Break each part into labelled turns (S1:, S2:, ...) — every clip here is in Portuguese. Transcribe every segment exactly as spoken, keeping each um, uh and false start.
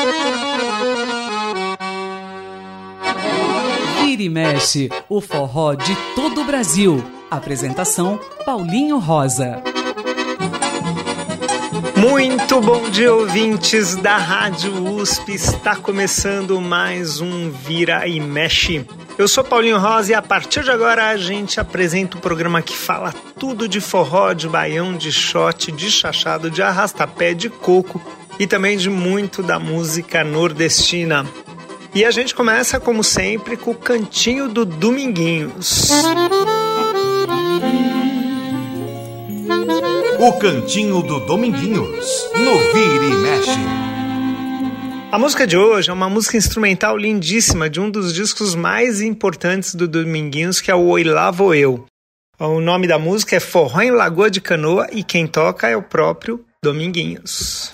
S1: Vira e mexe, o forró de todo o Brasil. Apresentação Paulinho Rosa.
S2: Muito bom dia, ouvintes da Rádio U S P. Está começando mais um Vira e Mexe. Eu sou Paulinho Rosa e a partir de agora a gente apresenta o programa que fala tudo de forró, de baião, de shot, de chachado, de arrastapé, de coco e também de muito da música nordestina. E a gente começa, como sempre, com o Cantinho do Dominguinhos.
S3: O Cantinho do Dominguinhos, no Vira e Mexe.
S2: A música de hoje é uma música instrumental lindíssima de um dos discos mais importantes do Dominguinhos, que é o Oi Lá Vou Eu. O nome da música é Forró em Lagoa de Canoa e quem toca é o próprio Dominguinhos.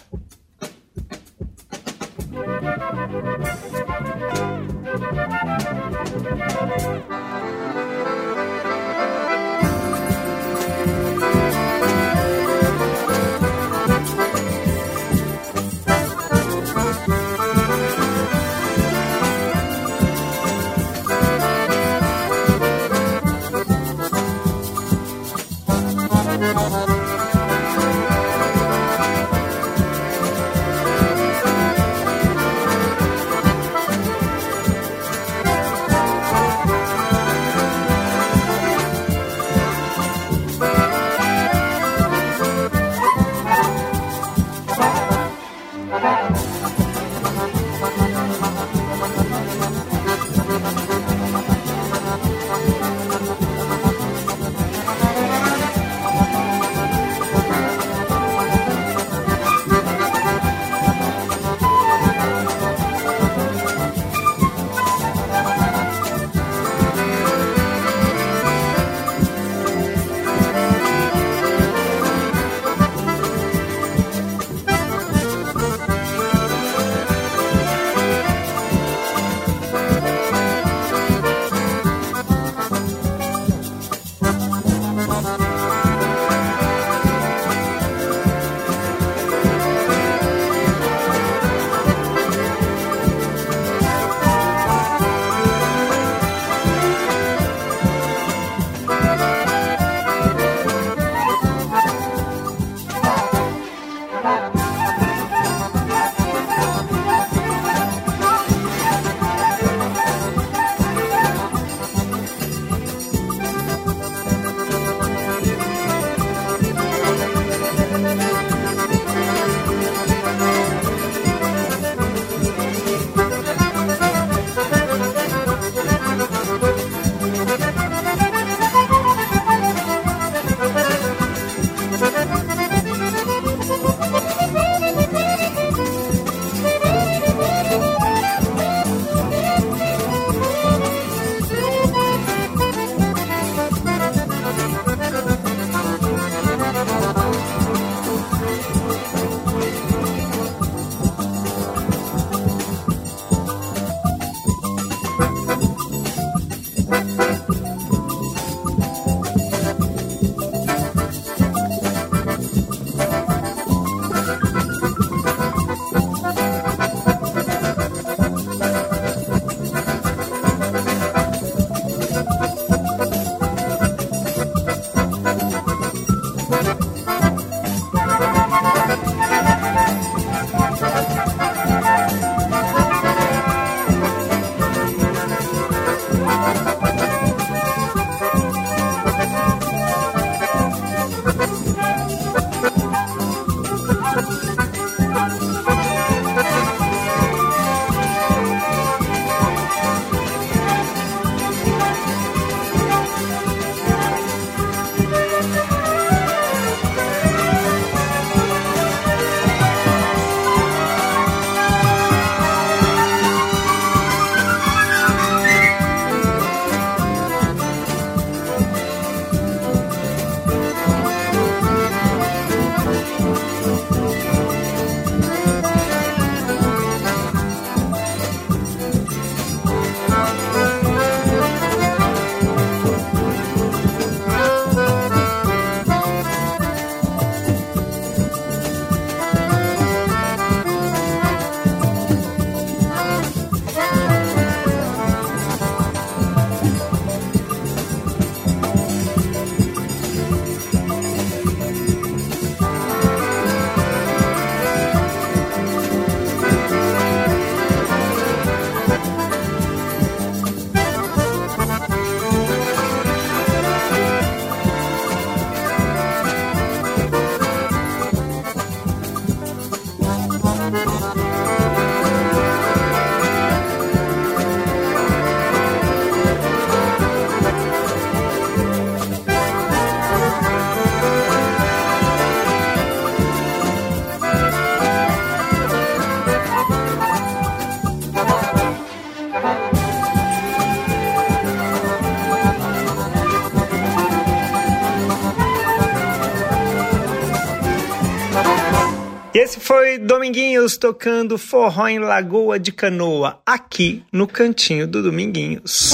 S2: E esse foi Dominguinhos tocando Forró em Lagoa de Canoa, aqui no Cantinho do Dominguinhos.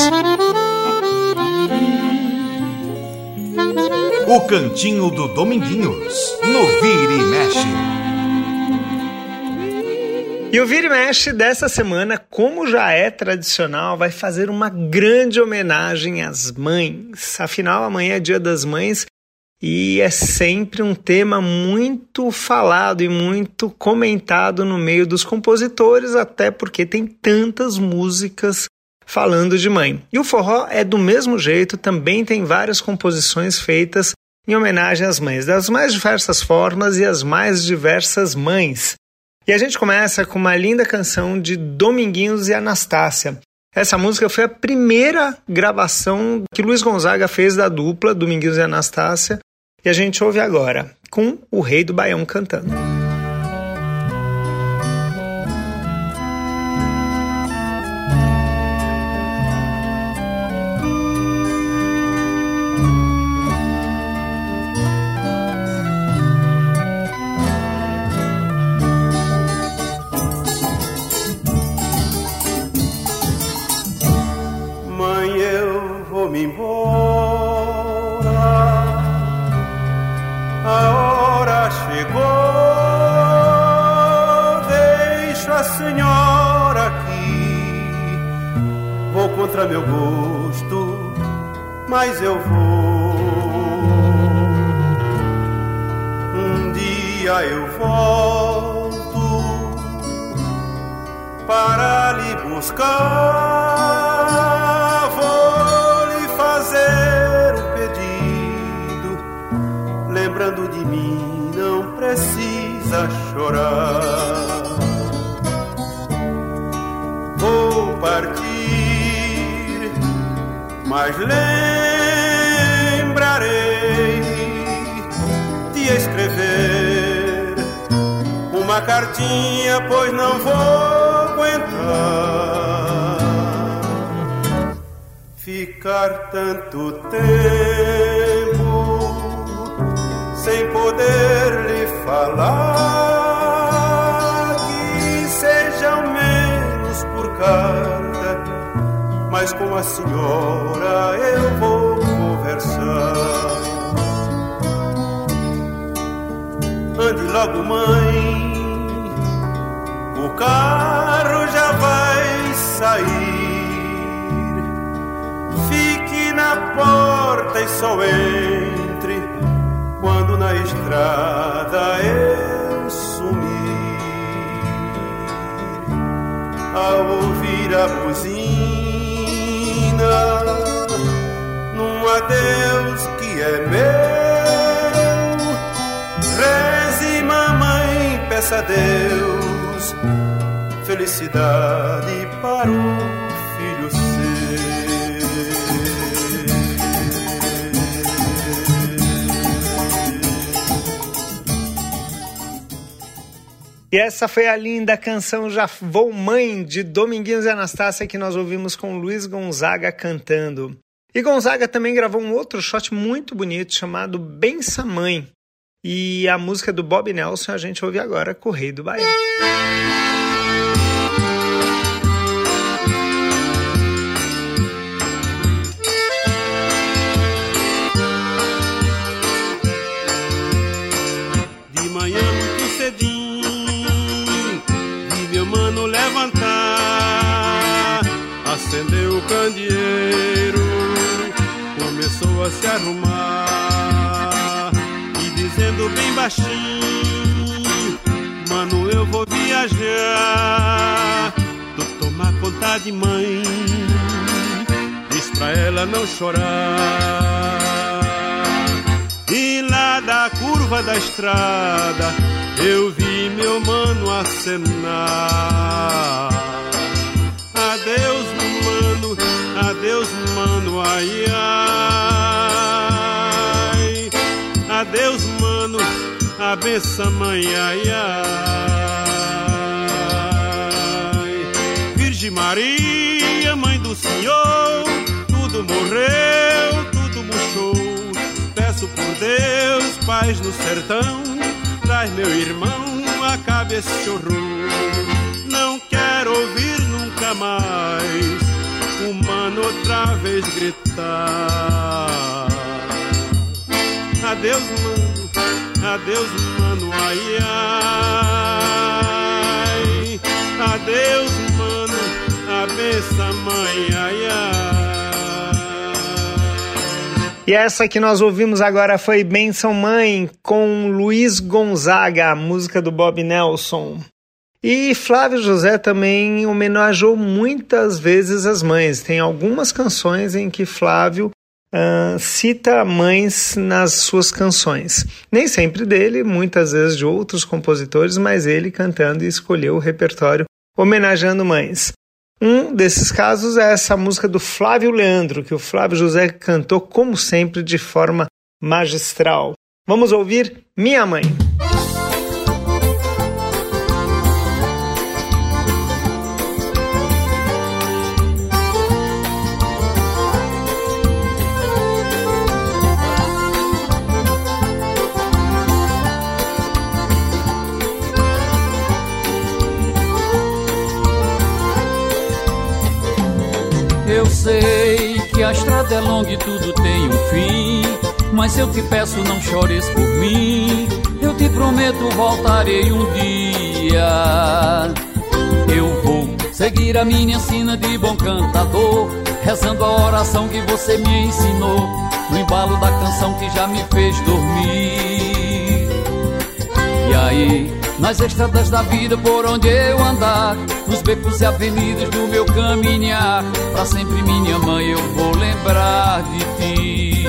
S3: O Cantinho do Dominguinhos, no Vira e Mexe.
S2: E o Vira e Mexe dessa semana, como já é tradicional, vai fazer uma grande homenagem às mães. Afinal, amanhã é Dia das Mães e é sempre um tema muito falado e muito comentado no meio dos compositores, até porque tem tantas músicas falando de mãe. E o forró é do mesmo jeito, também tem várias composições feitas em homenagem às mães, das mais diversas formas e as mais diversas mães. E a gente começa com uma linda canção de Dominguinhos e Anastácia. Essa música foi a primeira gravação que Luiz Gonzaga fez da dupla Dominguinhos e Anastácia, e a gente ouve agora, com o Rei do Baião cantando.
S4: Mãe, eu vou me embora. A hora chegou, deixo a senhora aqui. Vou contra meu gosto, mas eu vou. Um dia eu volto para lhe buscar. Vou lhe fazer um pedido, lembrando de mim, não precisa chorar. Vou partir, mas lembrarei de escrever uma cartinha, pois não vou aguentar ficar tanto tempo sem poder lhe falar. Que seja ao menos por carta, mas com a senhora eu vou conversar. Ande logo, mãe, o carro já vai sair. Fique na porta e só entre quando na estrada eu sumir. Ao ouvir a buzina, num adeus que é meu, reze, mamãe, peça a Deus felicidade para o filho seu.
S2: E essa foi a linda canção Já Vou Mãe, de Dominguinhos e Anastácia, que nós ouvimos com Luiz Gonzaga cantando. E Gonzaga também gravou um outro shot muito bonito chamado Bença Mãe. E a música do Bob Nelson a gente ouve agora com o Rei do Baião.
S4: De manhã muito cedinho, vi meu mano levantar, acendeu o candeeiro, começou a se arrumar e dizendo bem baixinho: mano, eu vou viajar, tu toma conta de mãe, diz pra ela não chorar. E lá da curva da estrada eu vi meu mano acenar. Adeus, mano, adeus, mano, ai, ai. Adeus, mano, a benção, mãe, ai, ai. Virgem Maria, mãe do Senhor, tudo morreu, tudo murchou. Peço por Deus, paz no sertão, traz meu irmão sabe esse horror. Não quero ouvir nunca mais o mano outra vez gritar. Adeus, mano, adeus, mano, ai, ai. Adeus, mano, a benção, mãe, ai, ai.
S2: E essa que nós ouvimos agora foi Benção Mãe, com Luiz Gonzaga, a música do Bob Nelson. E Flávio José também homenageou muitas vezes as mães. Tem algumas canções em que Flávio uh, cita mães nas suas canções. Nem sempre dele, muitas vezes de outros compositores, mas ele cantando e escolheu o repertório homenageando mães. Um desses casos é essa música do Flávio Leandro, que o Flávio José cantou, como sempre, de forma magistral. Vamos ouvir Minha Mãe.
S5: Eu sei que a estrada é longa e tudo tem um fim, mas eu te peço, não chores por mim. Eu te prometo, voltarei um dia. Eu vou seguir a minha sina de bom cantador, rezando a oração que você me ensinou, no embalo da canção que já me fez dormir. E aí, nas estradas da vida por onde eu andar, nos becos e avenidas do meu caminhar, pra sempre, minha mãe, eu vou lembrar de ti.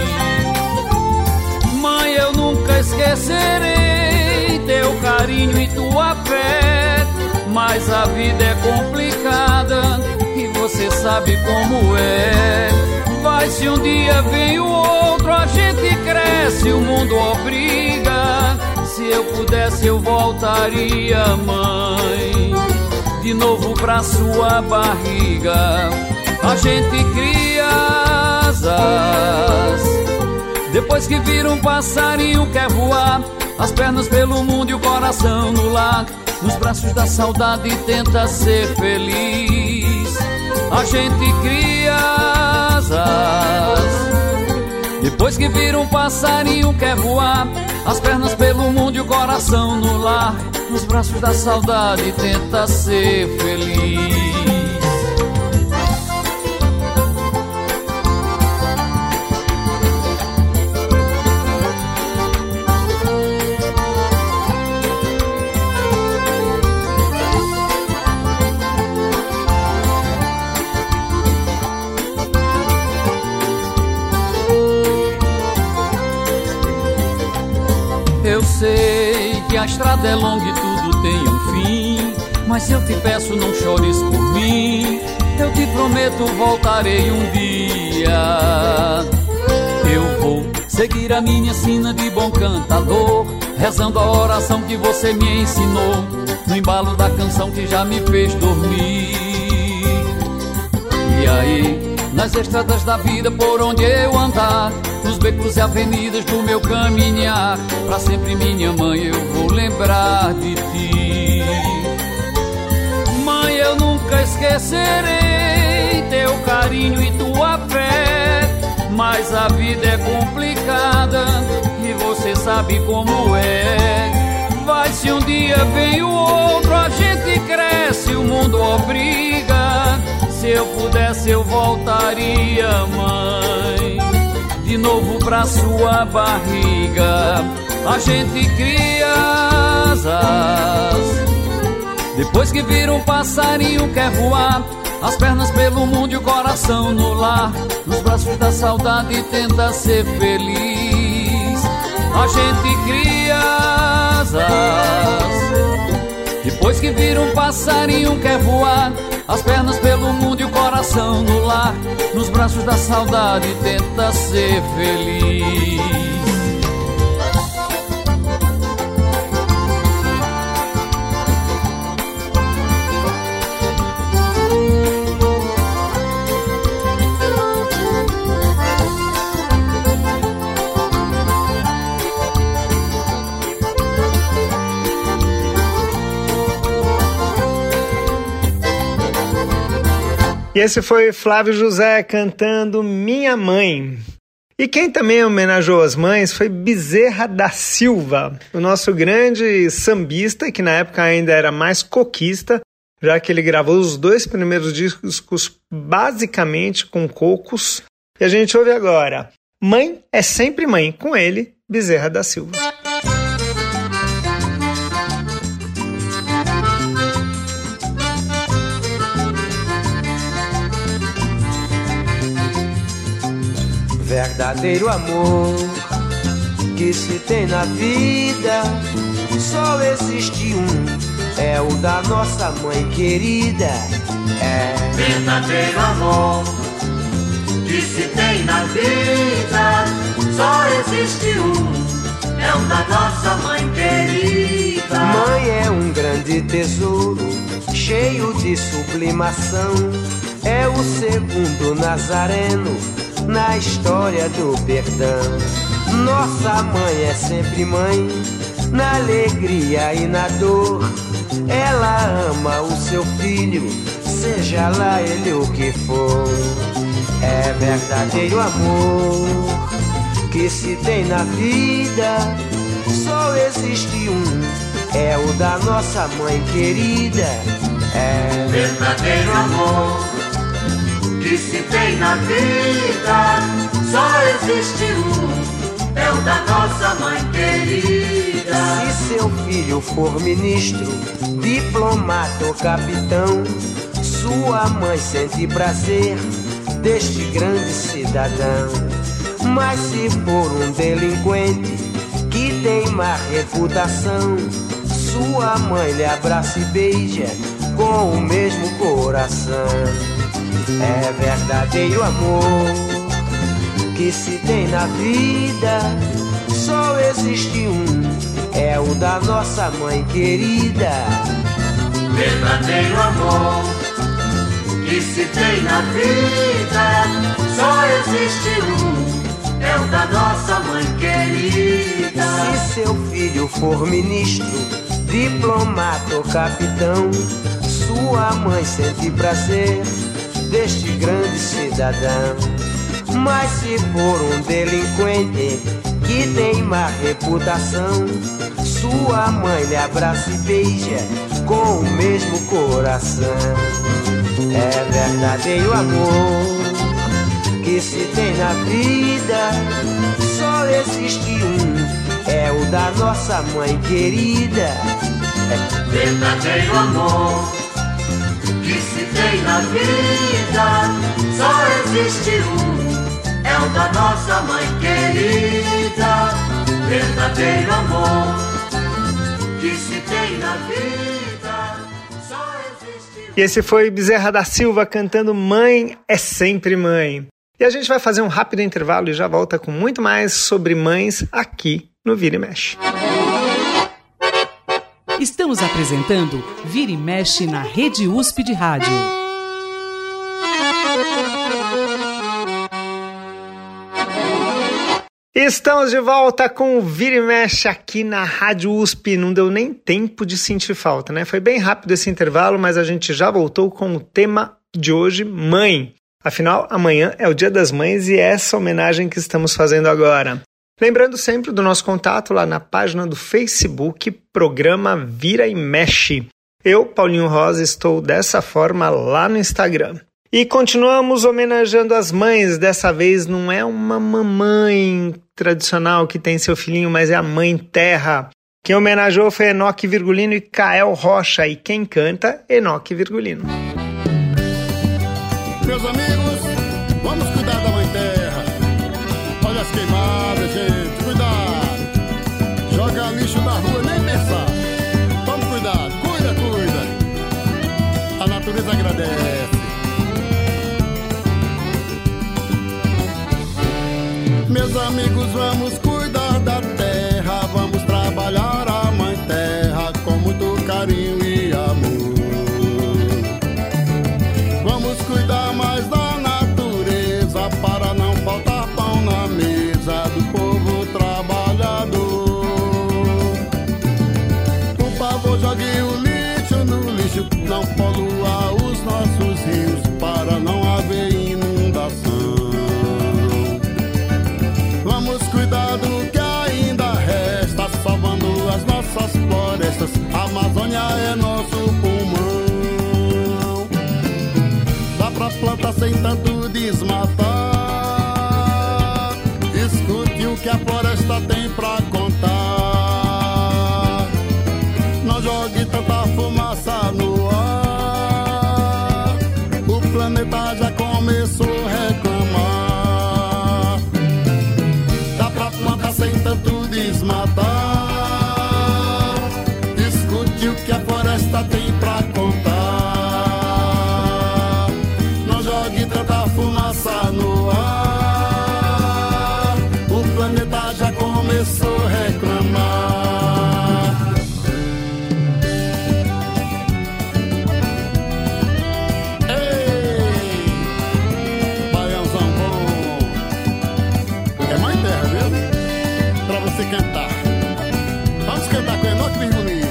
S5: Mãe, eu nunca esquecerei teu carinho e tua fé, mas a vida é complicada e você sabe como é. Vai, se um dia vem o outro, a gente cresce, o mundo obriga. Se eu pudesse eu voltaria, mãe, de novo pra sua barriga. A gente cria asas depois que vira um passarinho quer voar, as pernas pelo mundo e o coração no lar, nos braços da saudade tenta ser feliz. A gente cria asas depois que vira um passarinho quer voar, as pernas pelo mundo e o coração no lar, nos braços da saudade tenta ser feliz. Eu sei que a estrada é longa e tudo tem um fim, mas se eu te peço não chores por mim, eu te prometo voltarei um dia. Eu vou seguir a minha sina de bom cantador, rezando a oração que você me ensinou, no embalo da canção que já me fez dormir. E aí, nas estradas da vida por onde eu andar, nos becos e avenidas do meu caminhar, pra sempre, minha mãe, eu vou lembrar de ti. Mãe, eu nunca esquecerei teu carinho e tua fé, mas a vida é complicada e você sabe como é. Vai, se um dia vem o outro, a gente cresce, o mundo obriga. Se eu pudesse eu voltaria, mãe, de novo pra sua barriga. A gente cria asas depois que vira um passarinho quer voar, as pernas pelo mundo e o coração no lar, nos braços da saudade tenta ser feliz. A gente cria asas depois que vira um passarinho quer voar, as pernas pelo mundo e o coração no lar, nos braços da saudade tenta ser feliz.
S2: E esse foi Flávio José cantando Minha Mãe. E quem também homenageou as mães foi Bezerra da Silva, o nosso grande sambista, que na época ainda era mais coquista, já que ele gravou os dois primeiros discos basicamente com cocos. E a gente ouve agora Mãe é Sempre Mãe, com ele, Bezerra da Silva.
S6: Verdadeiro amor que se tem na vida, só existe um, é o da nossa mãe querida. É
S7: verdadeiro amor que se tem na vida, só existe um, é o da nossa mãe querida.
S6: Mãe é um grande tesouro, cheio de sublimação, é o segundo Nazareno na história do perdão. Nossa mãe é sempre mãe, na alegria e na dor. Ela ama o seu filho, seja lá ele o que for. É verdadeiro amor que se tem na vida, só existe um, é o da nossa mãe querida. É
S7: verdadeiro amor que se tem na vida, só existe um, é o da nossa mãe querida.
S6: Se seu filho for ministro, diplomata ou capitão, sua mãe sente prazer deste grande cidadão. Mas se for um delinquente que tem má reputação, sua mãe lhe abraça e beija com o mesmo coração. É verdadeiro amor que se tem na vida, só existe um, é o da nossa mãe querida.
S7: Verdadeiro amor que se tem na vida, só existe um, é o da nossa mãe querida.
S6: Se seu filho for ministro, diplomata ou capitão, sua mãe sente prazer deste grande cidadão. Mas se for um delinquente que tem má reputação, sua mãe lhe abraça e beija com o mesmo coração. É verdadeiro amor que se tem na vida, só existe um, é o da nossa mãe querida.
S7: É verdadeiro amor que se tem na vida, só existe um, é o da nossa mãe querida. Verdadeiro amor que se tem na vida, só existe um.
S2: E esse foi Bezerra da Silva cantando Mãe é Sempre Mãe. E a gente vai fazer um rápido intervalo e já volta com muito mais sobre mães aqui no Vira e Mexe.
S1: Estamos apresentando Vira e Mexe na Rede U S P de Rádio.
S2: Estamos de volta com o Vira e Mexe aqui na Rádio U S P. Não deu nem tempo de sentir falta, né? Foi bem rápido esse intervalo, mas a gente já voltou com o tema de hoje, mãe. Afinal, amanhã é o Dia das Mães e é essa homenagem que estamos fazendo agora. Lembrando sempre do nosso contato lá na página do Facebook, programa Vira e Mexe. Eu, Paulinho Rosa, estou dessa forma lá no Instagram. E continuamos homenageando as mães. Dessa vez não é uma mamãe tradicional que tem seu filhinho, mas é a Mãe Terra. Quem homenageou foi Enoque Virgulino e Kael Rocha. E quem canta, Enoque Virgulino.
S4: Meus amigos, vamos cuidar da Mãe Terra. Olha as queimadas, gente, cuidado. Joga lixo na rua, nem pensar. Tome cuidado, cuida, cuida. A natureza agradece. Meus amigos, vamos cuidar da terra. Vamos trabalhar a Mãe Terra com muito carinho e amor. Vamos cuidar mais da é nosso pulmão. Dá pra plantar sem tanto desmatar. Escute o que a floresta tem pra contar. Não jogue tanta fumaça no ar. O planeta já começou a reclamar. Dá pra plantar sem tanto desmatar. Escute o que a floresta tem pra contar. Não jogue tanta fumaça no ar. O planeta já começou a reclamar. Cantar. Vamos cantar com Enoque Virgulino.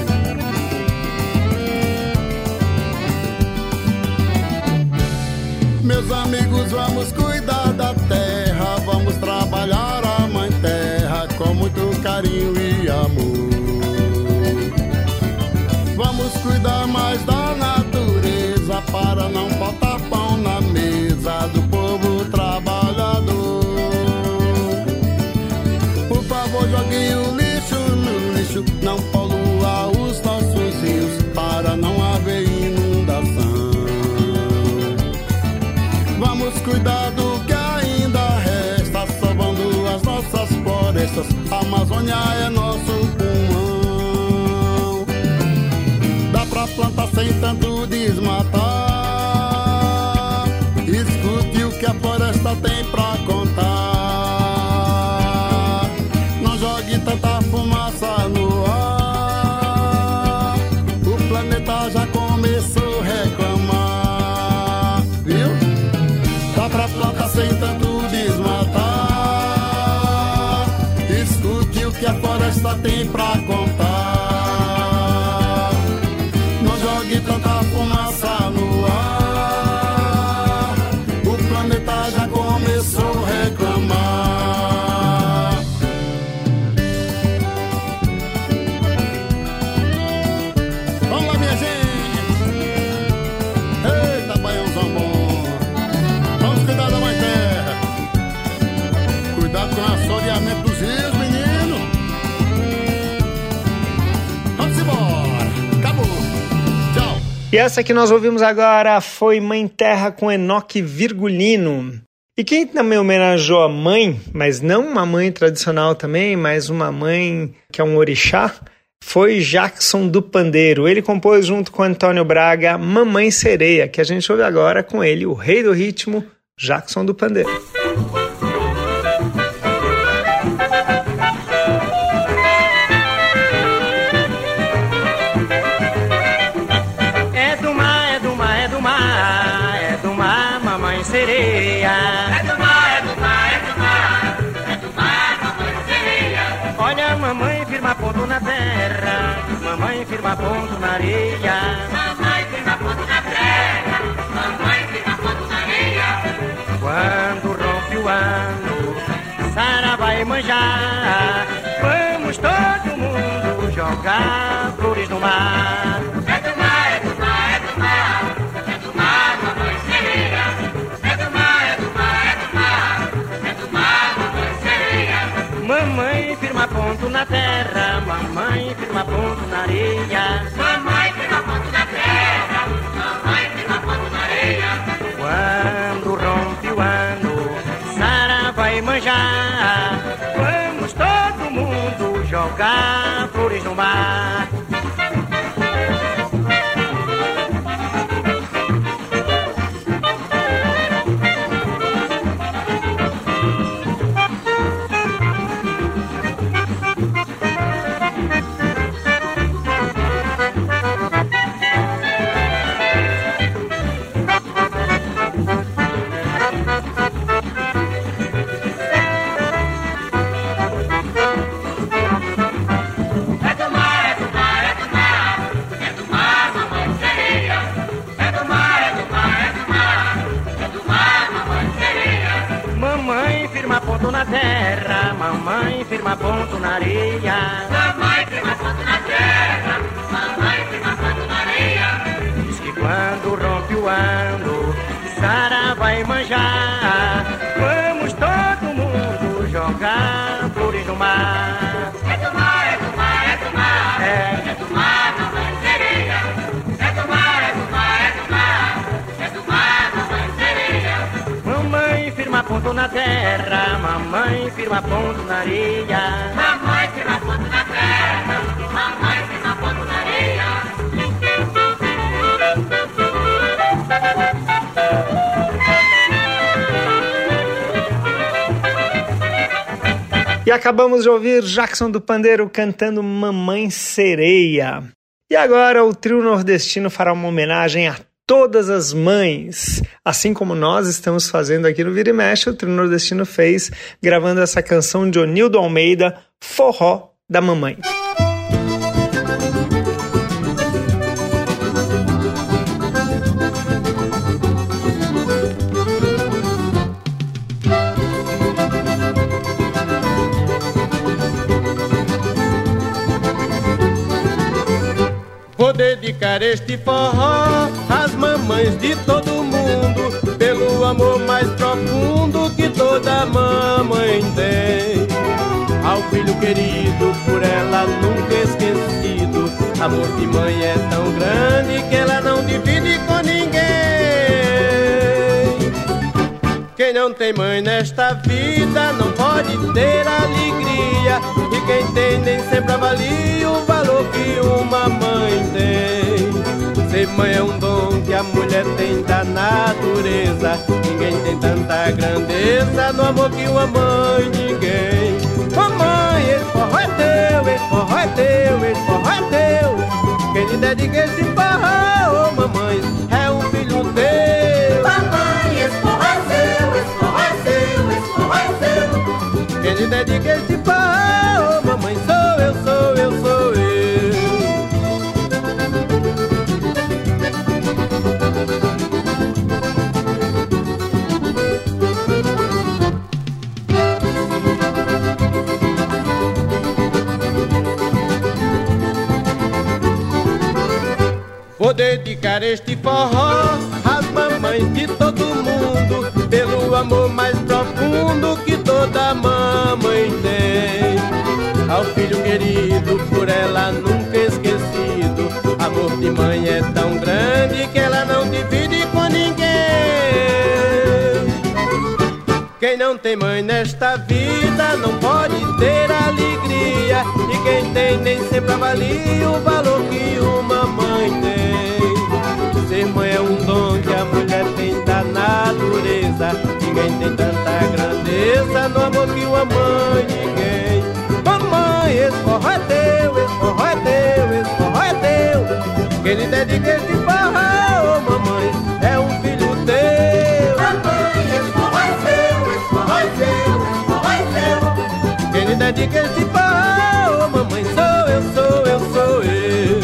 S4: Meus amigos, vamos cuidar da terra. Vamos trabalhar a mãe terra com muito carinho e amor. Vamos cuidar mais da natureza para não faltar pão na mesa do povo trabalhador. Jogue o lixo no lixo, não polua os nossos rios, para não haver inundação. Vamos cuidar do que ainda resta, salvando as nossas florestas. A Amazônia é nosso pulmão. Dá pra plantar sem tanto desmatar. Escute o que a floresta tem pra contar. Tanta fumaça no ar. O planeta já começou a reclamar. Viu? Dá pra plantar sem tanto desmatar. Escute o que a floresta tem pra contar. Não jogue tanta fumaça no ar. O planeta já começou a reclamar. Com o assoreamento dos rios, menino. Vamos embora. Acabou. Tchau.
S2: E essa que nós ouvimos agora foi Mãe Terra com Enoque Virgulino. E quem também homenageou a mãe, mas não uma mãe tradicional também, mas uma mãe que é um orixá, foi Jackson do Pandeiro. Ele compôs junto com Antônio Braga Mamãe Sereia, que a gente ouve agora com ele, o rei do ritmo, Jackson do Pandeiro.
S8: Sereia. É do mar, é do mar, é do mar, é do mar, mamãe sereia. Olha, mamãe firma ponto na terra, mamãe firma ponto na areia. Mamãe firma ponto na terra, mamãe firma ponto na areia. Quando rompe o ano, Sara vai manjar. Vamos todo mundo jogar flores no mar. É do mar, é do mar, é do mar, é do mar, mamãe sereia. Mamãe firma ponto na terra, mamãe firma ponto na areia. Mamãe firma ponto na terra, mamãe firma ponto na areia. Quando rompe o ano, Sara vai manjar. Vamos todo mundo jogar flores no mar. Ponto na terra, mamãe firma ponto na areia. Mamãe firma ponto na terra, mamãe firma ponto na areia. quando rompe o ano, Sara vai manjar. Vamos todo mundo jogar flores no mar. É do mar, é do mar, é do mar. É, é do mar, mamãe sereia. É do mar, é do mar, é do mar. É do mar, mamãe sereia. Mamãe firma ponto na terra, mamãe firma ponto na areia. Mamãe firma ponto na terra, mamãe firma ponto na areia.
S2: E acabamos de ouvir Jackson do Pandeiro cantando Mamãe Sereia. E agora o trio nordestino fará uma homenagem a todas as mães. Assim como nós estamos fazendo aqui no Vira e Mexe, o trio nordestino fez, gravando essa canção de Onildo Almeida, Forró da Mamãe.
S9: Vou dedicar este forró às mamães de todo mundo, pelo amor mais profundo que toda mamãe tem. Ao filho querido, por ela nunca esquecido, amor de mãe é tão grande que ela não divide com ninguém. Quem não tem mãe nesta vida não pode ter alegria, e quem tem nem sempre avalia o valor que uma mãe tem. Ser mãe é um dom que a mulher tem da natureza, ninguém tem tanta grandeza no amor que uma mãe, ninguém. Mamãe, esse forró é teu, esse forró é teu, esse forró é teu. Quem lhe dedica esse forró, oh mamãe, é um filho teu.
S7: Mamãe, esse forró é seu, esse forró é seu, esse forró é seu.
S9: Quem lhe dedica esse forró, oh mamãe, sou eu, sou eu, sou eu. Vou dedicar este forró às mamães de todo mundo, pelo amor mais profundo que toda mamãe tem. Ao filho querido, por ela nunca esquecido, amor de mãe é tão grande que ela não divide com ninguém. Quem não tem mãe nesta vida não pode ter alegria, e quem tem nem sempre avalia o valor que uma mãe tem. Ser mãe é um dom que a mulher tem da natureza, ninguém tem tanta grandeza no amor que uma mãe, ninguém. Mamãe, esse forró é teu, esse forró é teu, esse forró é teu. Quem lhe dedica esse forró, oh mamãe, é um filho teu.
S7: Mamãe, esse forró é seu, esse forró é seu, esse forró é seu.
S9: Quem lhe dedica esse forró, oh mamãe, sou eu, sou eu, sou eu.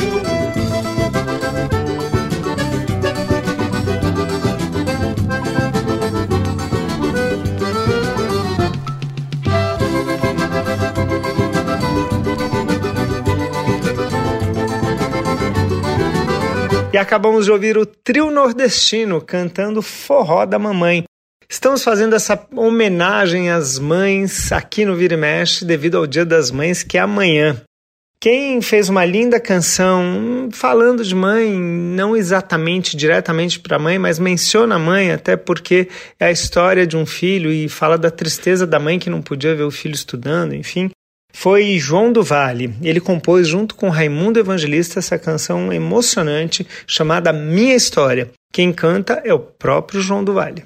S2: E acabamos de ouvir o trio nordestino cantando Forró da Mamãe. Estamos fazendo essa homenagem às mães aqui no Vira e Mexe devido ao Dia das Mães, que é amanhã. Quem fez uma linda canção falando de mãe, não exatamente diretamente para a mãe, mas menciona a mãe, até porque é a história de um filho e fala da tristeza da mãe que não podia ver o filho estudando, enfim. Foi João do Vale. Ele compôs junto com Raimundo Evangelista essa canção emocionante chamada Minha História. Quem canta é o próprio João do Vale.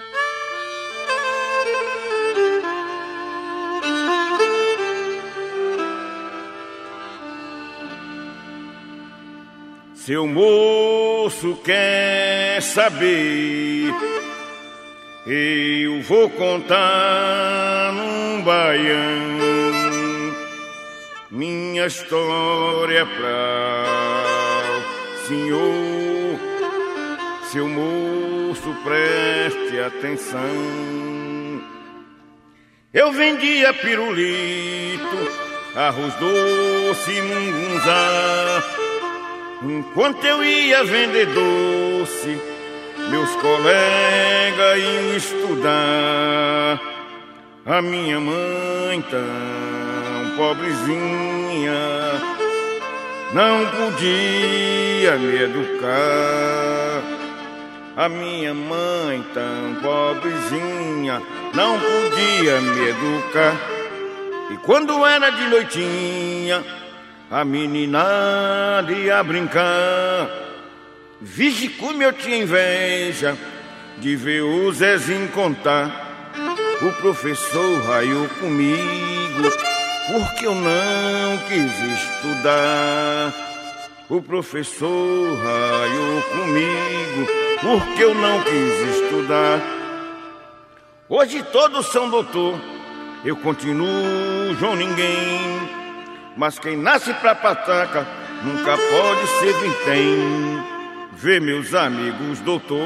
S10: Seu moço quer saber, eu vou contar num baião minha história pra o senhor. Seu moço, preste atenção. Eu vendia pirulito, arroz doce, mungunzá, Enquanto eu ia vender doce, meus colegas iam estudar. A minha mãe tão pobrezinha não podia me educar. A minha mãe tão pobrezinha não podia me educar. E quando era de noitinha, a meninada ia brincar. Vixe como eu tinha inveja de ver o Zezinho contar. O professor raiou comigo porque eu não quis estudar. O professor raiou comigo porque eu não quis estudar. Hoje todos são doutor, eu continuo João Ninguém. Mas quem nasce pra pataca nunca pode ser vintém. Vê meus amigos doutor,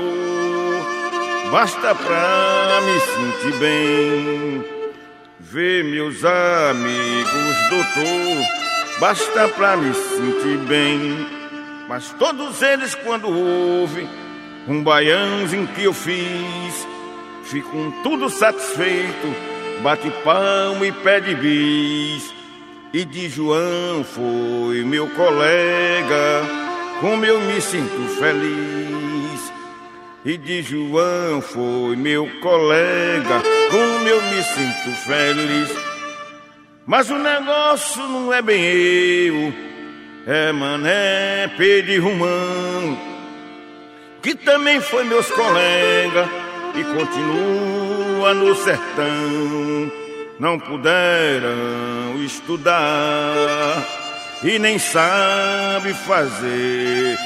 S10: basta pra me sentir bem. Vê meus amigos doutor, basta pra me sentir bem. Mas todos eles quando ouvem um baiãozinho que eu fiz, ficam tudo satisfeito, bate palma e pede bis. E de João foi meu colega, como eu me sinto feliz. E de João foi meu colega, como eu me sinto feliz. Mas o negócio não é bem eu, é Mané, Pedro e Romão, que também foi meus colegas e continua no sertão. Não puderam estudar e nem sabe fazer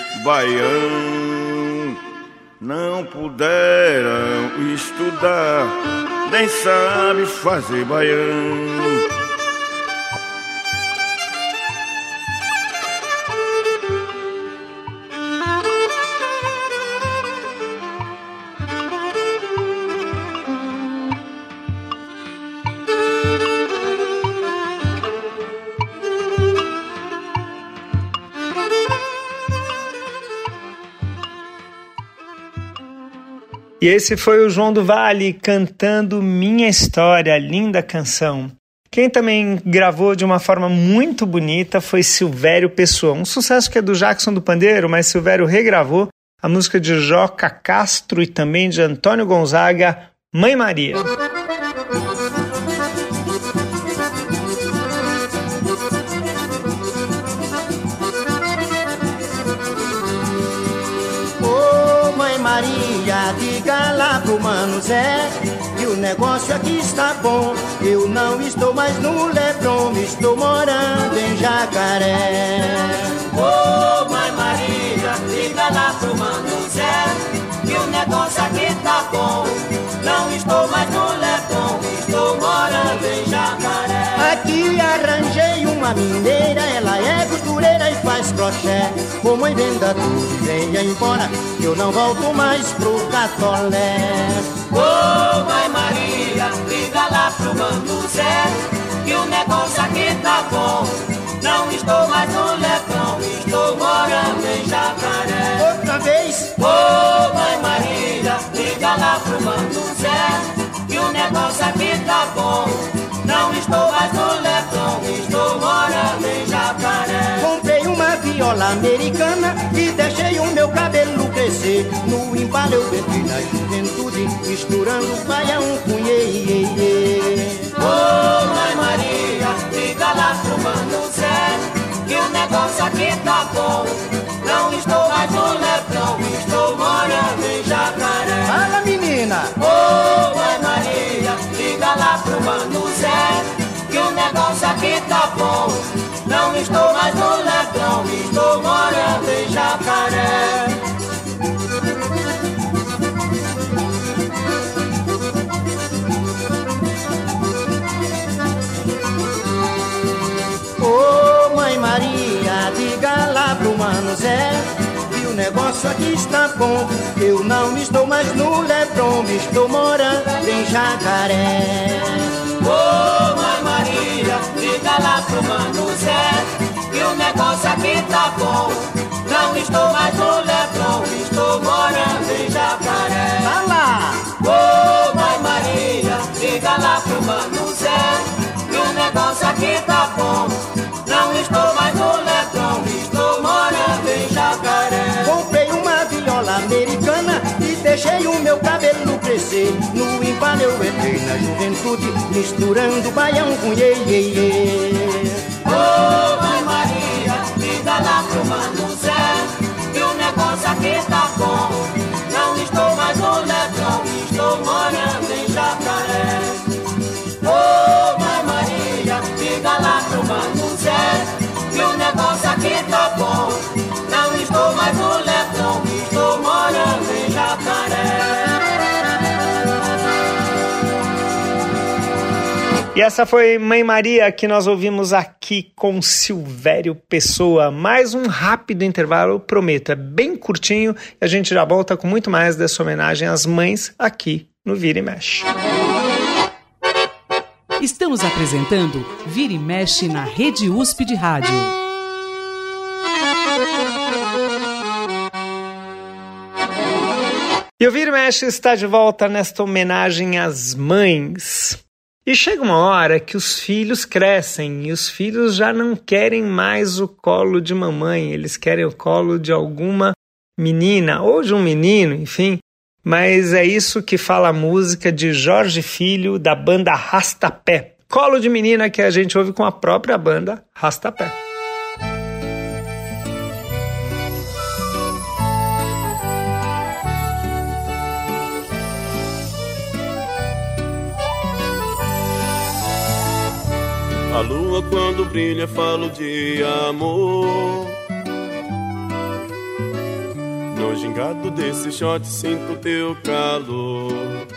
S10: baião. Não puderam estudar, nem sabe fazer baião.
S2: E esse foi o João do Vale cantando Minha História, linda canção. Quem também gravou de uma forma muito bonita foi Silvério Pessoa, um sucesso que é do Jackson do Pandeiro, mas Silvério regravou a música de Joca Castro e também de Antônio Gonzaga, Mãe Maria.
S11: Maria, diga lá pro Mano Zé que o negócio aqui está bom. Eu não estou mais no Leblon, estou morando em Jacaré.
S7: Ô oh, Mãe Maria, diga lá pro Mano Zé que o negócio aqui tá bom. Não estou mais no Leblon, estou morando em Jacaré.
S11: Aqui arranjei uma mineira, ela é costureira e faz crochê. Ô mãe, venda tudo e venha embora, que eu não volto mais pro Catolé.
S7: Ô oh, Mãe Maria, liga lá pro Mano Zé que o negócio aqui tá bom. Não estou mais no Leblon, estou morando em Jacaré.
S11: Outra vez.
S7: Ô oh, Mãe Maria, liga lá pro Mano Zé que o negócio aqui tá bom. Não estou mais no Leblon, estou morando em Jacaré.
S11: Comprei uma viola americana e deixei o meu cabelo crescer. No embalo eu bebi na juventude, misturando baião com iê, iê, iê.
S7: Ô oh, Mãe Maria, liga lá pro Mano Zé que o negócio aqui tá bom. Não estou mais no Leblon, estou morando em Jacaré.
S11: Fala, menina!
S7: Ô oh, Mãe Maria, liga lá pro Mano Zé que o negócio aqui tá bom. Não estou mais no Leblon, estou morando em Jacaré.
S11: Ô oh, Mãe Maria, diga lá pro Mano Zé que o negócio aqui está bom. Eu não estou mais no Leblon, estou morando em Jacaré.
S7: Ô oh, Mãe Maria, liga lá pro Mano Zé que o negócio aqui tá bom. Não estou mais no Leblon, estou morando em Jacaré.
S11: Tá lá!
S7: Ô, mãe Maria, liga lá pro Mano Zé, que o negócio aqui tá bom. Não estou mais no Leblon, estou morando em Jacaré.
S11: Comprei uma viola americana e deixei o meu cabelo crescer. No Impala eu entrei na juventude, misturando baião com iê, iê, iê.
S7: Ô, mãe Maria, liga lá pro Mano Zé, que o negócio aqui tá bom. Não estou mais no Leblon, estou morando em Jacaré. Ô, mãe Maria, liga lá pro Mano Zé, que o negócio aqui tá bom. Não estou mais no Leblon, estou morando em Jacaré.
S2: E essa foi Mãe Maria, que nós ouvimos aqui com Silvério Pessoa. Mais um rápido intervalo, eu prometo, é bem curtinho, e a gente já volta com muito mais dessa homenagem às mães aqui no Vira e Mexe.
S1: Estamos apresentando Vira e Mexe na Rede U S P de Rádio.
S2: E o Vira e Mexe está de volta nesta homenagem às mães. E chega uma hora que os filhos crescem e os filhos já não querem mais o colo de mamãe, eles querem o colo de alguma menina ou de um menino, enfim. Mas é isso que fala a música de Jorge Filho, da banda Rastapé. Colo de menina, que a gente ouve com a própria banda Rastapé.
S12: A lua quando brilha falo de amor. No gingado desse shot sinto teu calor.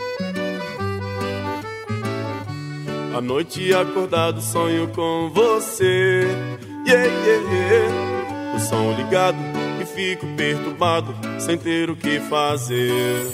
S12: À noite acordado sonho com você. Yeah, yeah, yeah. O som ligado e fico perturbado sem ter o que fazer.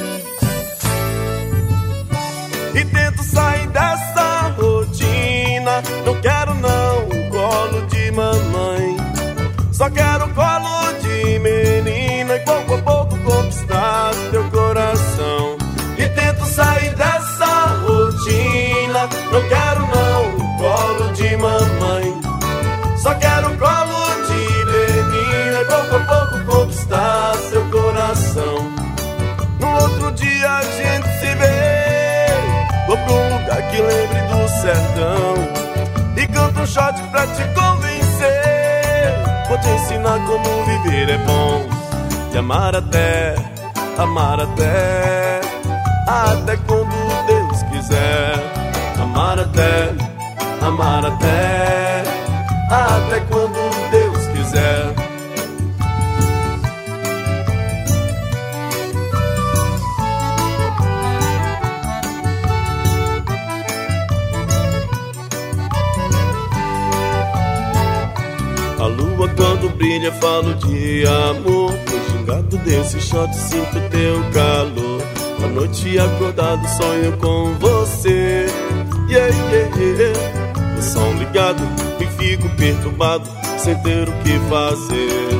S12: E tento sair dessa rotina. Não quero não um colo de mamãe, só quero um colo de menina e pouco a pouco conquistar teu coração. E tento sair dessa rotina. Não quero não um colo de mamãe, só quero um colo de menina e pouco a pouco conquistar seu coração. No outro dia a gente se vê, vou pra um lugar que lembre do sertão e canto um shot pra te convencer. Vou te ensinar como viver é bom, e amar até, amar até, até quando Deus quiser. Amar até, amar até, até quando Deus quiser. A lua quando brilha falo de amor. No gingado desse shot sinto teu calor. À noite acordado sonho com você. Yeah, yeah, yeah. O som ligado e fico perturbado sem ter o que fazer.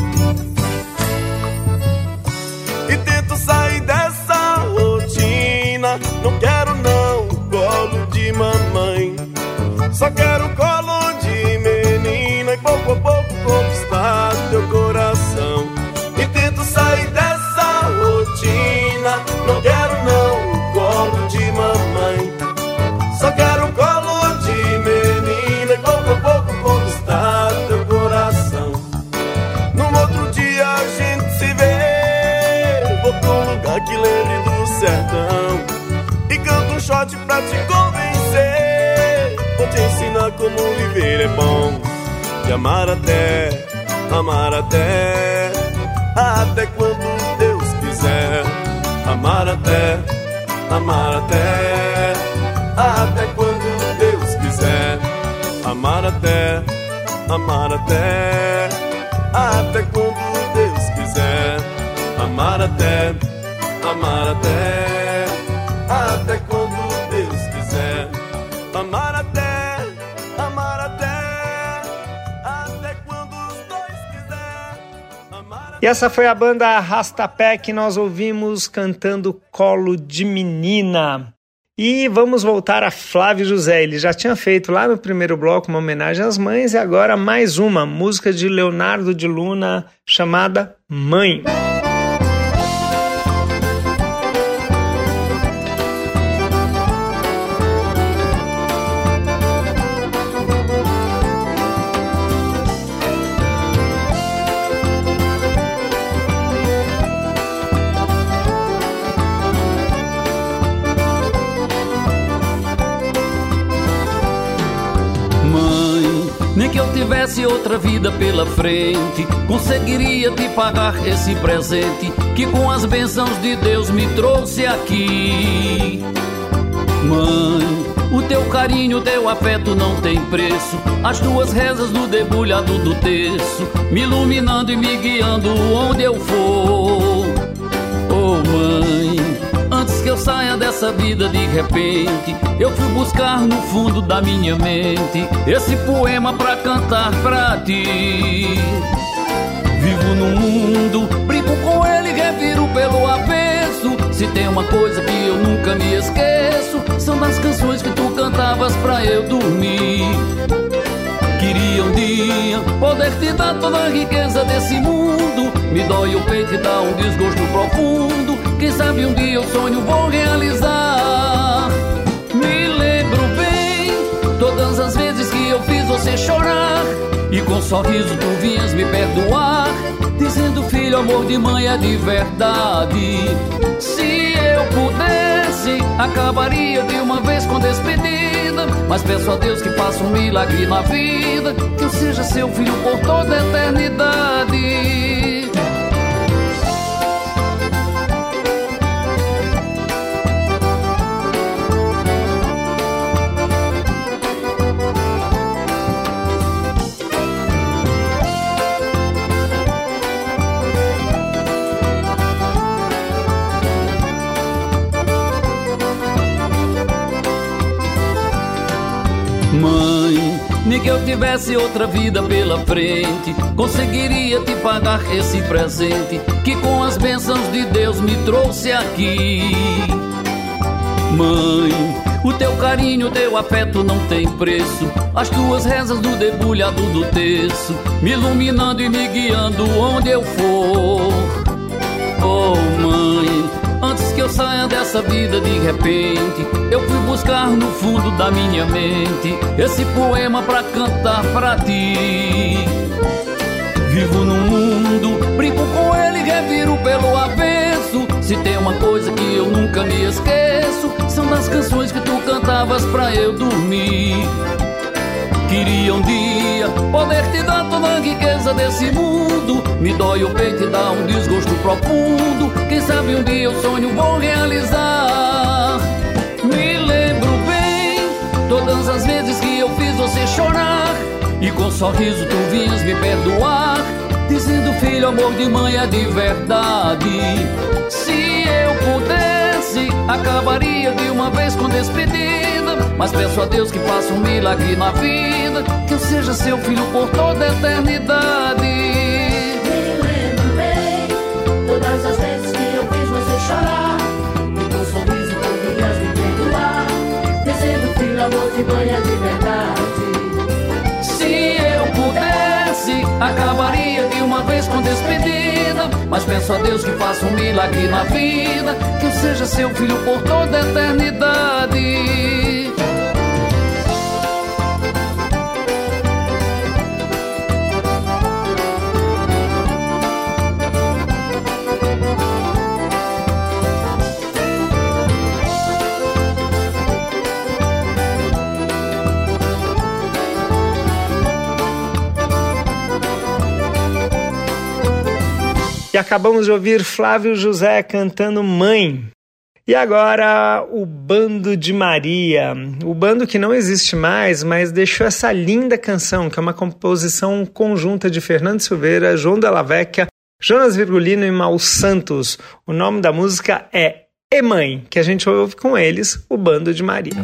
S12: E tento sair dessa rotina. Não quero não um colo de mamãe, só quero um colo de menina e pouco a pouco conquistar teu coração. E tento sair dessa rotina. Não quero não um colo de mamãe, só quero um colo de menina e pouco a pouco conquistar teu coração. No outro dia a gente se vê, vou pra um lugar que lembre do sertão e canto um shot pra te convencer. Vou te ensinar como viver é bom, e amar até, amar até, até quando Deus quiser. Amar até, amar até, até quando Deus quiser. Amar até, amar até, até quando Deus quiser. Amar até, amar até, até quando Deus quiser. Amar até, amar até, até
S2: E essa foi a banda Arrastapé que nós ouvimos cantando Colo de Menina. E vamos voltar a Flávio José. Ele já tinha feito lá no primeiro bloco uma homenagem às mães e agora mais uma música de Leonardo de Luna chamada Mãe.
S5: Nem que eu tivesse outra vida pela frente, conseguiria te pagar esse presente que com as bênçãos de Deus me trouxe aqui. Mãe, o teu carinho, o teu afeto não tem preço. As tuas rezas no debulhado do terço, me iluminando e me guiando onde eu for. Oh mãe, antes que eu saia dessa vida de repente, eu fui buscar no fundo da minha mente esse poema pra cantar pra ti. Vivo no mundo, brinco com ele e reviro pelo avesso. Se tem uma coisa que eu nunca me esqueço, são das canções que tu cantavas pra eu dormir. Queria um dia poder te dar toda a riqueza desse mundo. Me dói o peito e dá um desgosto profundo. Quem sabe um dia o sonho vou realizar. Me lembro bem todas as vezes que eu fiz você chorar, e com um sorriso tu vinhas me perdoar, dizendo filho, amor de mãe é de verdade. Se eu pudesse, acabaria de uma vez com despedida, mas peço a Deus que faça um milagre na vida, que eu seja seu filho por toda a eternidade. Mãe, nem que eu tivesse outra vida pela frente, conseguiria te pagar esse presente que com as bênçãos de Deus me trouxe aqui. Mãe, o teu carinho, o teu afeto não tem preço. As tuas rezas no debulhado do terço, me iluminando e me guiando onde eu for. Oh mãe, antes que eu saia dessa vida de repente, eu fui buscar no fundo da minha mente esse poema pra cantar pra ti. Vivo no mundo, brinco com ele e reviro pelo avesso. Se tem uma coisa que eu nunca me esqueço, são das canções que tu cantavas pra eu dormir. Queria um dia poder te dar toda a riqueza desse mundo. Me dói o peito e dá um desgosto profundo. Quem sabe um dia o sonho vou realizar. Me lembro bem todas as vezes que eu fiz você chorar, e com um sorriso tu vinhas me perdoar, dizendo filho, amor de mãe é de verdade. Se eu pudesse, acabaria de uma vez com despedida, mas peço a Deus que faça um milagre na vida, que eu seja seu filho por toda a eternidade.
S13: Me lembro bem todas as vezes que eu fiz você chorar, e com um sorriso tu vinhas me perdoar, dizendo filho, amor de mãe é de verdade.
S5: Se eu pudesse, acabaria de uma vez com despedida, mas peço a Deus que faça um milagre na vida, que eu seja seu filho por toda a eternidade.
S2: E acabamos de ouvir Flávio José cantando Mãe. E agora o Bando de Maria. O bando que não existe mais, mas deixou essa linda canção, que é uma composição conjunta de Fernando Silveira, João Della Vecchia, Jonas Virgulino e Mal Santos. O nome da música é E Mãe, que a gente ouve com eles, o Bando de Maria.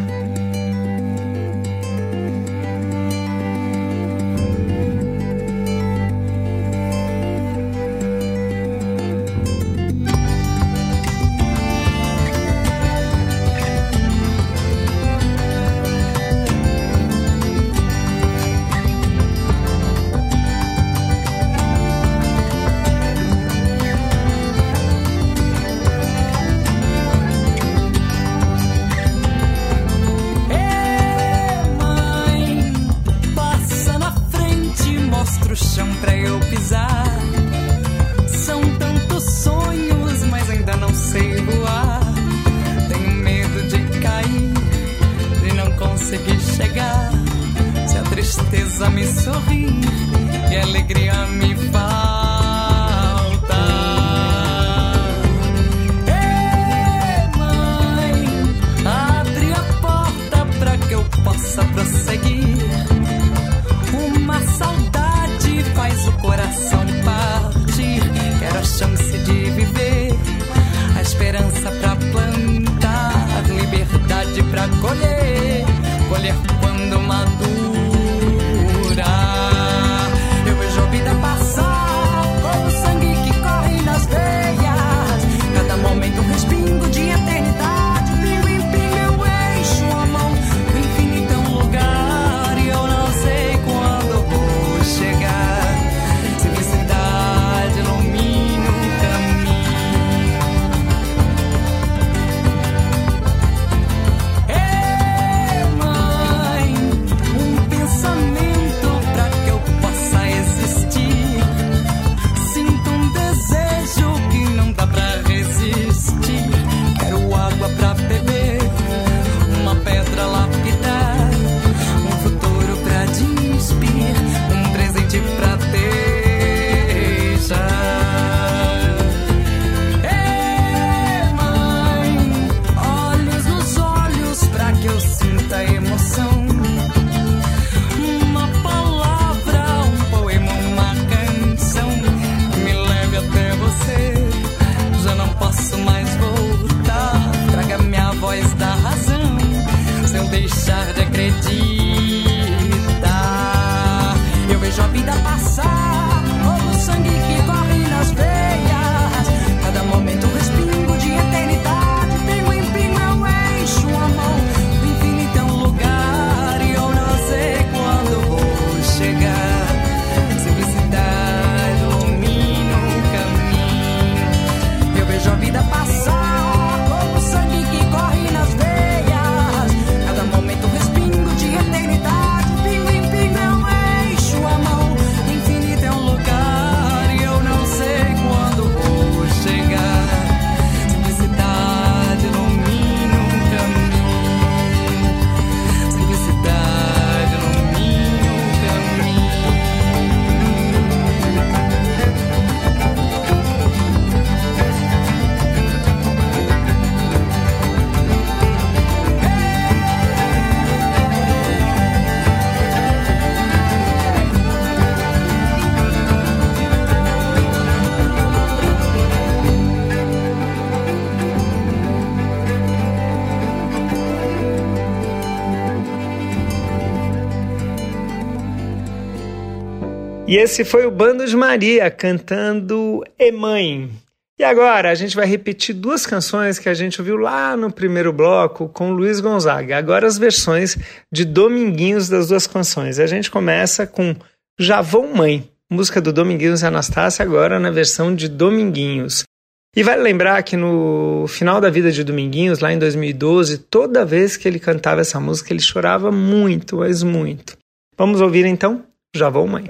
S2: E esse foi o Bando de Maria cantando E Mãe. E agora a gente vai repetir duas canções que a gente ouviu lá no primeiro bloco com Luiz Gonzaga. Agora as versões de Dominguinhos das duas canções. A gente começa com Já Vou Mãe, música do Dominguinhos e Anastácia, agora na versão de Dominguinhos. E vale lembrar que no final da vida de Dominguinhos, lá em dois mil e doze, toda vez que ele cantava essa música, ele chorava muito, mas muito. Vamos ouvir então? Já Vou Mãe.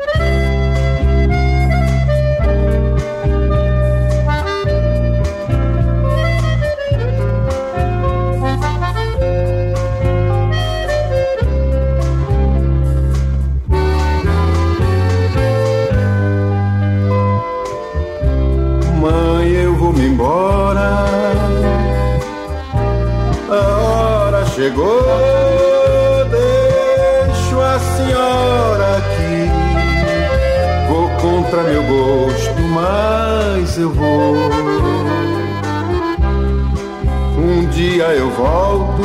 S14: Mãe, eu vou me embora, a hora chegou, deixo a senhora aqui. Vou contra meu gosto, mas eu vou. Um dia eu volto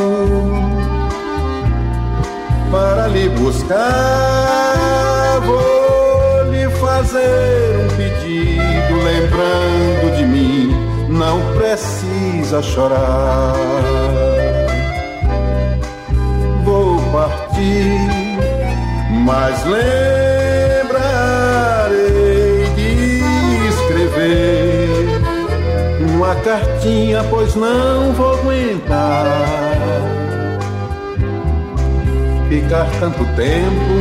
S14: para lhe buscar, vou lhe fazer um pedido, lembrando de mim, não precisa chorar. Vou partir, mas lembrarei de escrever uma cartinha, pois não vou aguentar ficar tanto tempo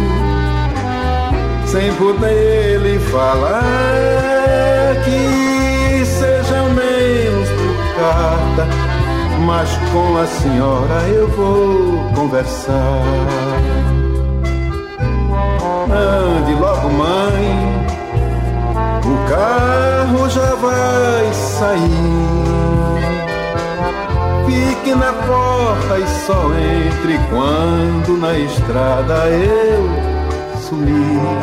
S14: sem poder lhe falar, que seja ao menos por carta, mas com a senhora eu vou conversar. Ande logo, mãe, o carro já vai sair. Fique na porta e só entre quando na estrada eu sumir.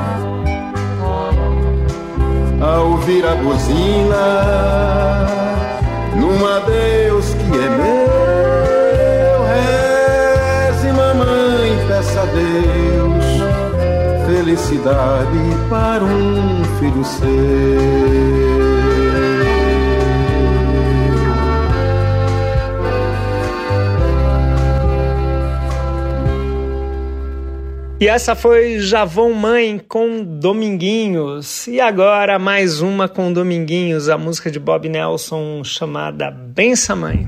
S14: Ao ouvir a buzina, num adeus que é meu, reze, mamãe, peça a Deus felicidade para um filho seu.
S2: E essa foi Já Vou Mãe com Dominguinhos. E agora mais uma com Dominguinhos, a música de Bob Nelson chamada Bença Mãe.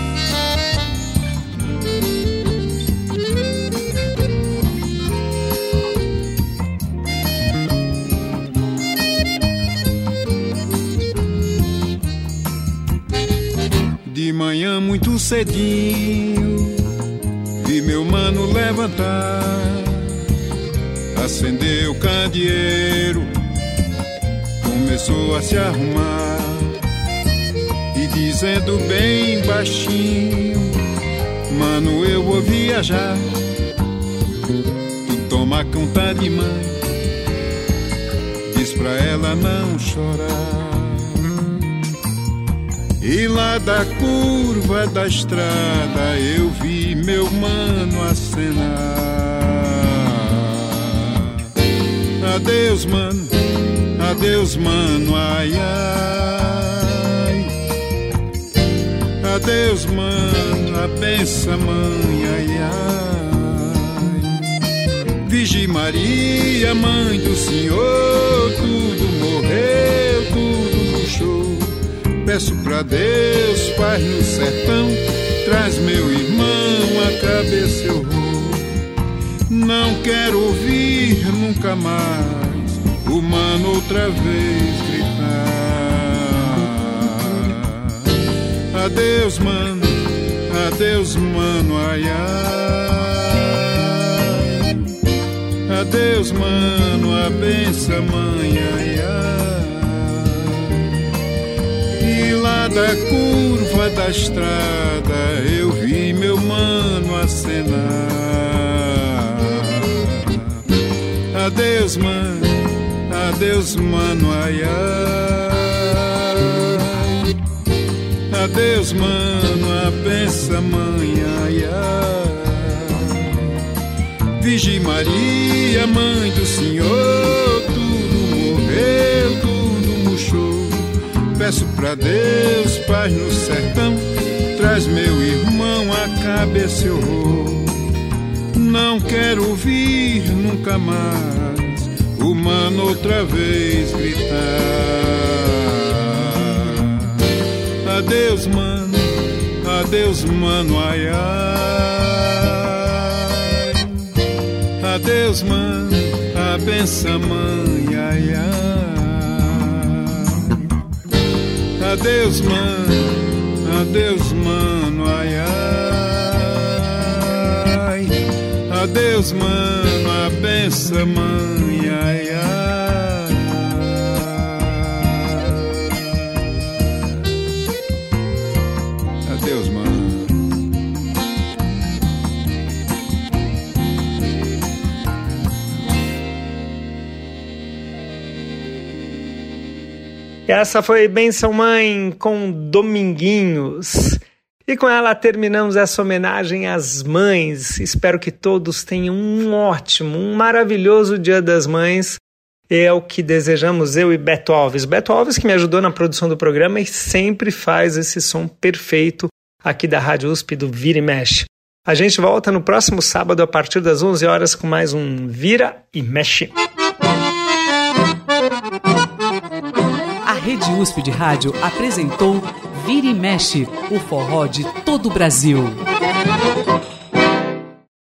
S15: De manhã muito cedinho, vi meu mano levantar, acendeu o candeeiro, começou a se arrumar e dizendo bem baixinho: mano, eu vou viajar, tu toma conta de mãe, diz pra ela não chorar. E lá da curva da estrada eu vi meu mano acenar. Adeus, mano, adeus, mano, ai, ai. Adeus, mano, a benção, mãe, ai, ai. Virgem Maria, mãe do Senhor, tudo morreu, tudo murchou. Peço pra Deus, Pai no sertão, traz meu irmão, a cabeça eu vou. Não quero ouvir nunca mais o mano outra vez gritar. Adeus, mano, adeus, mano, ai, ai. Adeus, mano, a benção, mãe, ai, ai. E lá da curva da estrada eu vi meu mano acenar. Adeus, mano, adeus, mano, ai, ai. Adeus, mano, a benção, mãe, ai, ai. Virgem Maria, mãe do Senhor, Peço pra Deus, paz no sertão, traz meu irmão, acabe esse horror. Não quero ouvir nunca mais o mano outra vez gritar. Adeus, mano, adeus, mano, ai, ai. Adeus, mano, a benção, mãe, ai, ai. Adeus, mano, adeus, mano, ai, ai. Adeus, mano, a benção, mãe, ai, ai. Adeus, mano.
S2: Essa foi Benção Mãe com Dominguinhos. E com ela terminamos essa homenagem às mães. Espero que todos tenham um ótimo, um maravilhoso Dia das Mães. É o que desejamos eu e Beto Alves. Beto Alves que me ajudou na produção do programa e sempre faz esse som perfeito aqui da Rádio U S P do Vira e Mexe. A gente volta no próximo sábado a partir das onze horas com mais um Vira e Mexe.
S1: A Rede U S P de Rádio apresentou Vira e Mexe, o forró de todo o Brasil.